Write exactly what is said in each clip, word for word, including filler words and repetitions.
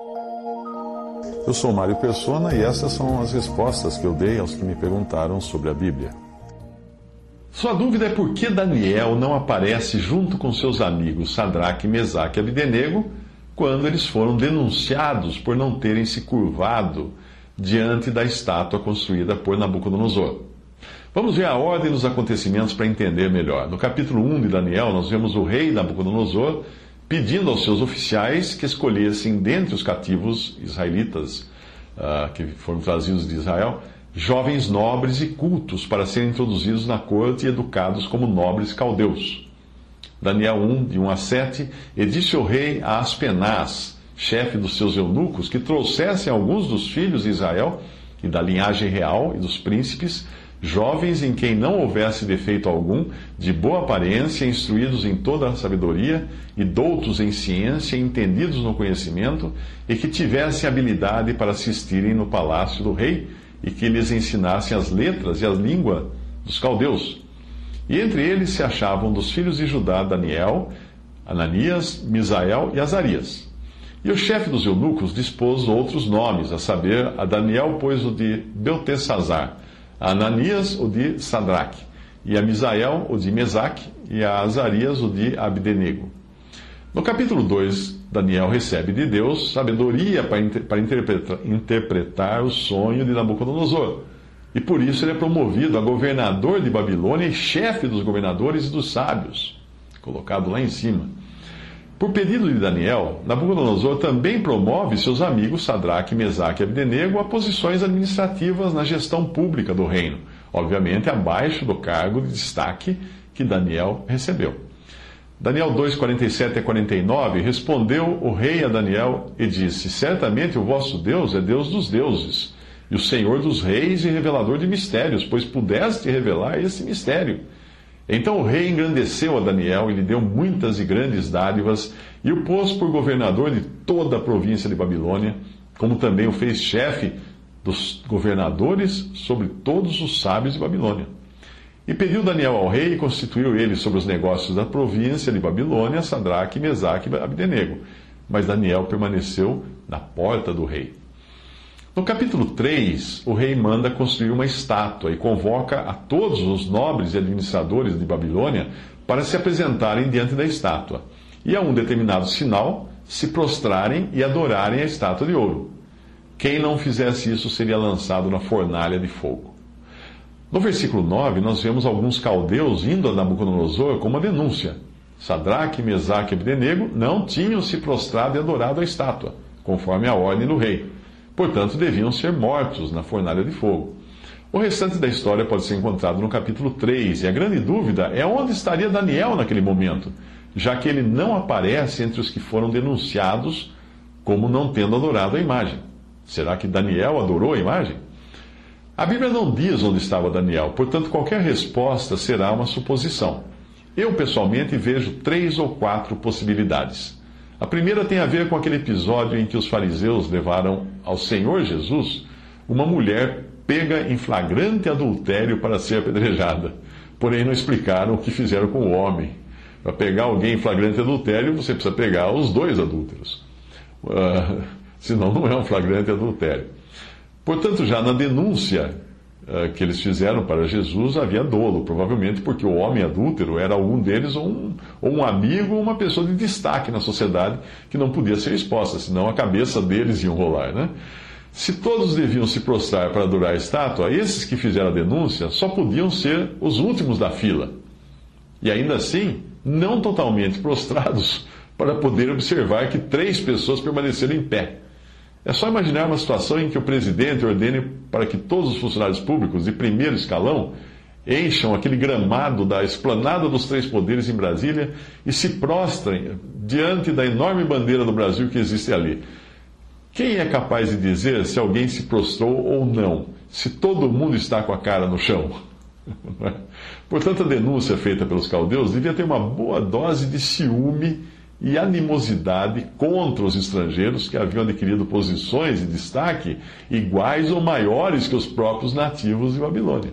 Eu sou Mário Persona e essas são as respostas que eu dei aos que me perguntaram sobre a Bíblia. Sua dúvida é por que Daniel não aparece junto com seus amigos Sadraque, Mesaque e Abdenego quando eles foram denunciados por não terem se curvado diante da estátua construída por Nabucodonosor. Vamos ver a ordem dos acontecimentos para entender melhor. No capítulo um de Daniel, nós vemos o rei Nabucodonosor pedindo aos seus oficiais que escolhessem dentre os cativos israelitas uh, que foram trazidos de Israel, jovens nobres e cultos para serem introduzidos na corte e educados como nobres caldeus. Daniel um, de um a sete, e disse o rei a Aspenaz, chefe dos seus eunucos, que trouxessem alguns dos filhos de Israel e da linhagem real e dos príncipes, jovens em quem não houvesse defeito algum, de boa aparência, instruídos em toda a sabedoria, e doutos em ciência, entendidos no conhecimento, e que tivessem habilidade para assistirem no palácio do rei, e que lhes ensinassem as letras e a língua dos caldeus. E entre eles se achavam dos filhos de Judá Daniel, Ananias, Misael e Azarias. E o chefe dos eunucos dispôs outros nomes, a saber, a Daniel pôs o de Beltesazar, a Ananias o de Sadraque, e a Misael o de Mesaque, e a Azarias o de Abdenego. No capítulo dois, Daniel recebe de Deus sabedoria para, inter para interpretar, interpretar o sonho de Nabucodonosor. E por isso ele é promovido a governador de Babilônia e chefe dos governadores e dos sábios, colocado lá em cima. Por pedido de Daniel, Nabucodonosor também promove seus amigos Sadraque, Mesaque e Abdenego a posições administrativas na gestão pública do reino, obviamente abaixo do cargo de destaque que Daniel recebeu. Daniel dois, quarenta e sete a quarenta e nove, respondeu o rei a Daniel e disse: certamente o vosso Deus é Deus dos deuses, e o Senhor dos reis e revelador de mistérios, pois pudeste revelar esse mistério. Então o rei engrandeceu a Daniel e lhe deu muitas e grandes dádivas, e o pôs por governador de toda a província de Babilônia, como também o fez chefe dos governadores sobre todos os sábios de Babilônia. E pediu Daniel ao rei e constituiu ele sobre os negócios da província de Babilônia, Sadraque, Mesaque e Abdenego. Mas Daniel permaneceu na porta do rei. No capítulo três, o rei manda construir uma estátua e convoca a todos os nobres e administradores de Babilônia para se apresentarem diante da estátua, e a um determinado sinal se prostrarem e adorarem a estátua de ouro. Quem não fizesse isso seria lançado na fornalha de fogo. No versículo nove, nós vemos alguns caldeus indo a Nabucodonosor com uma denúncia. Sadraque, Mesaque e Abdenego não tinham se prostrado e adorado a estátua, conforme a ordem do rei. Portanto, deviam ser mortos na fornalha de fogo. O restante da história pode ser encontrado no capítulo três, e a grande dúvida é onde estaria Daniel naquele momento, já que ele não aparece entre os que foram denunciados como não tendo adorado a imagem. Será que Daniel adorou a imagem? A Bíblia não diz onde estava Daniel, portanto, qualquer resposta será uma suposição. Eu, pessoalmente, vejo três ou quatro possibilidades. A primeira tem a ver com aquele episódio em que os fariseus levaram ao Senhor Jesus uma mulher pega em flagrante adultério para ser apedrejada. Porém, não explicaram o que fizeram com o homem. Para pegar alguém em flagrante adultério, você precisa pegar os dois adúlteros. Uh, senão não é um flagrante adultério. Portanto, já na denúncia uh, que eles fizeram para Jesus, havia dolo, provavelmente porque o homem adúltero era algum deles, ou um, ou um amigo, ou uma pessoa de destaque na sociedade que não podia ser exposta, senão a cabeça deles ia rolar, né? Se todos deviam se prostrar para adorar a estátua, esses que fizeram a denúncia só podiam ser os últimos da fila. E ainda assim, não totalmente prostrados para poder observar que três pessoas permaneceram em pé. É só imaginar uma situação em que o presidente ordene para que todos os funcionários públicos de primeiro escalão encham aquele gramado da esplanada dos três poderes em Brasília e se prostrem diante da enorme bandeira do Brasil que existe ali. Quem é capaz de dizer se alguém se prostrou ou não, se todo mundo está com a cara no chão? Portanto, a denúncia feita pelos caldeus devia ter uma boa dose de ciúme e animosidade contra os estrangeiros que haviam adquirido posições de destaque iguais ou maiores que os próprios nativos de Babilônia.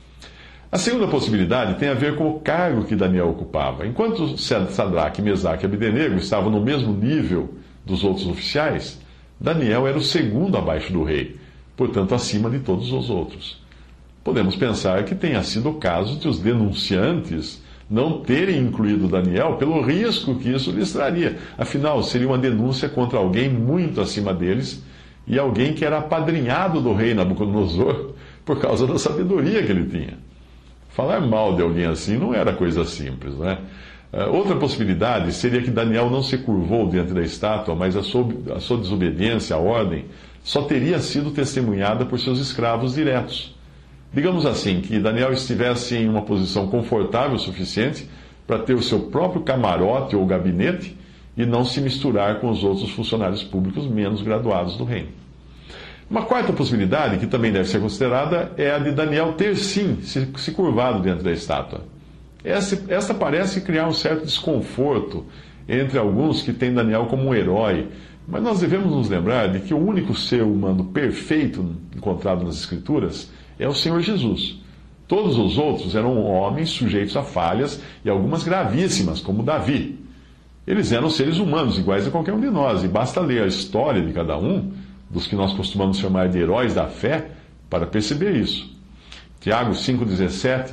A segunda possibilidade tem a ver com o cargo que Daniel ocupava. Enquanto Sadraque, Mesaque e Abdenego estavam no mesmo nível dos outros oficiais, Daniel era o segundo abaixo do rei, portanto acima de todos os outros. Podemos pensar que tenha sido o caso de os denunciantes não terem incluído Daniel pelo risco que isso lhes traria. Afinal, seria uma denúncia contra alguém muito acima deles e alguém que era apadrinhado do rei Nabucodonosor por causa da sabedoria que ele tinha. Falar mal de alguém assim não era coisa simples, né? Outra possibilidade seria que Daniel não se curvou diante da estátua, mas a sua, a sua desobediência à ordem só teria sido testemunhada por seus escravos diretos. Digamos assim, que Daniel estivesse em uma posição confortável o suficiente para ter o seu próprio camarote ou gabinete e não se misturar com os outros funcionários públicos menos graduados do reino. Uma quarta possibilidade, que também deve ser considerada, é a de Daniel ter sim se, se curvado diante da estátua. Essa, essa parece criar um certo desconforto entre alguns que têm Daniel como um herói, mas nós devemos nos lembrar de que o único ser humano perfeito encontrado nas Escrituras é o Senhor Jesus. Todos os outros eram homens sujeitos a falhas e algumas gravíssimas, como Davi. Eles eram seres humanos, iguais a qualquer um de nós, e basta ler a história de cada um, dos que nós costumamos chamar de heróis da fé, para perceber isso. Tiago cinco dezessete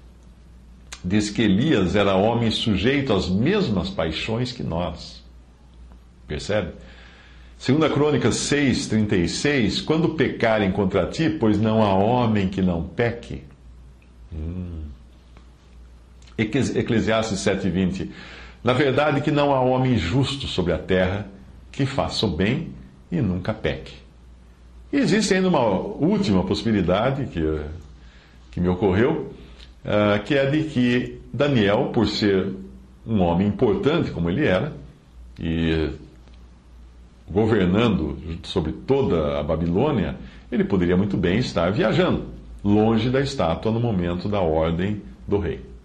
diz que Elias era homem sujeito às mesmas paixões que nós. Percebe? Segunda Crônicas seis, trinta e seis, quando pecarem contra ti, pois não há homem que não peque. Hum. Eclesiastes sete, vinte, na verdade que não há homem justo sobre a terra que faça o bem e nunca peque. E existe ainda uma última possibilidade que, que me ocorreu, uh, que é de que Daniel, por ser um homem importante como ele era, e governando sobre toda a Babilônia, ele poderia muito bem estar viajando, longe da estátua no momento da ordem do rei.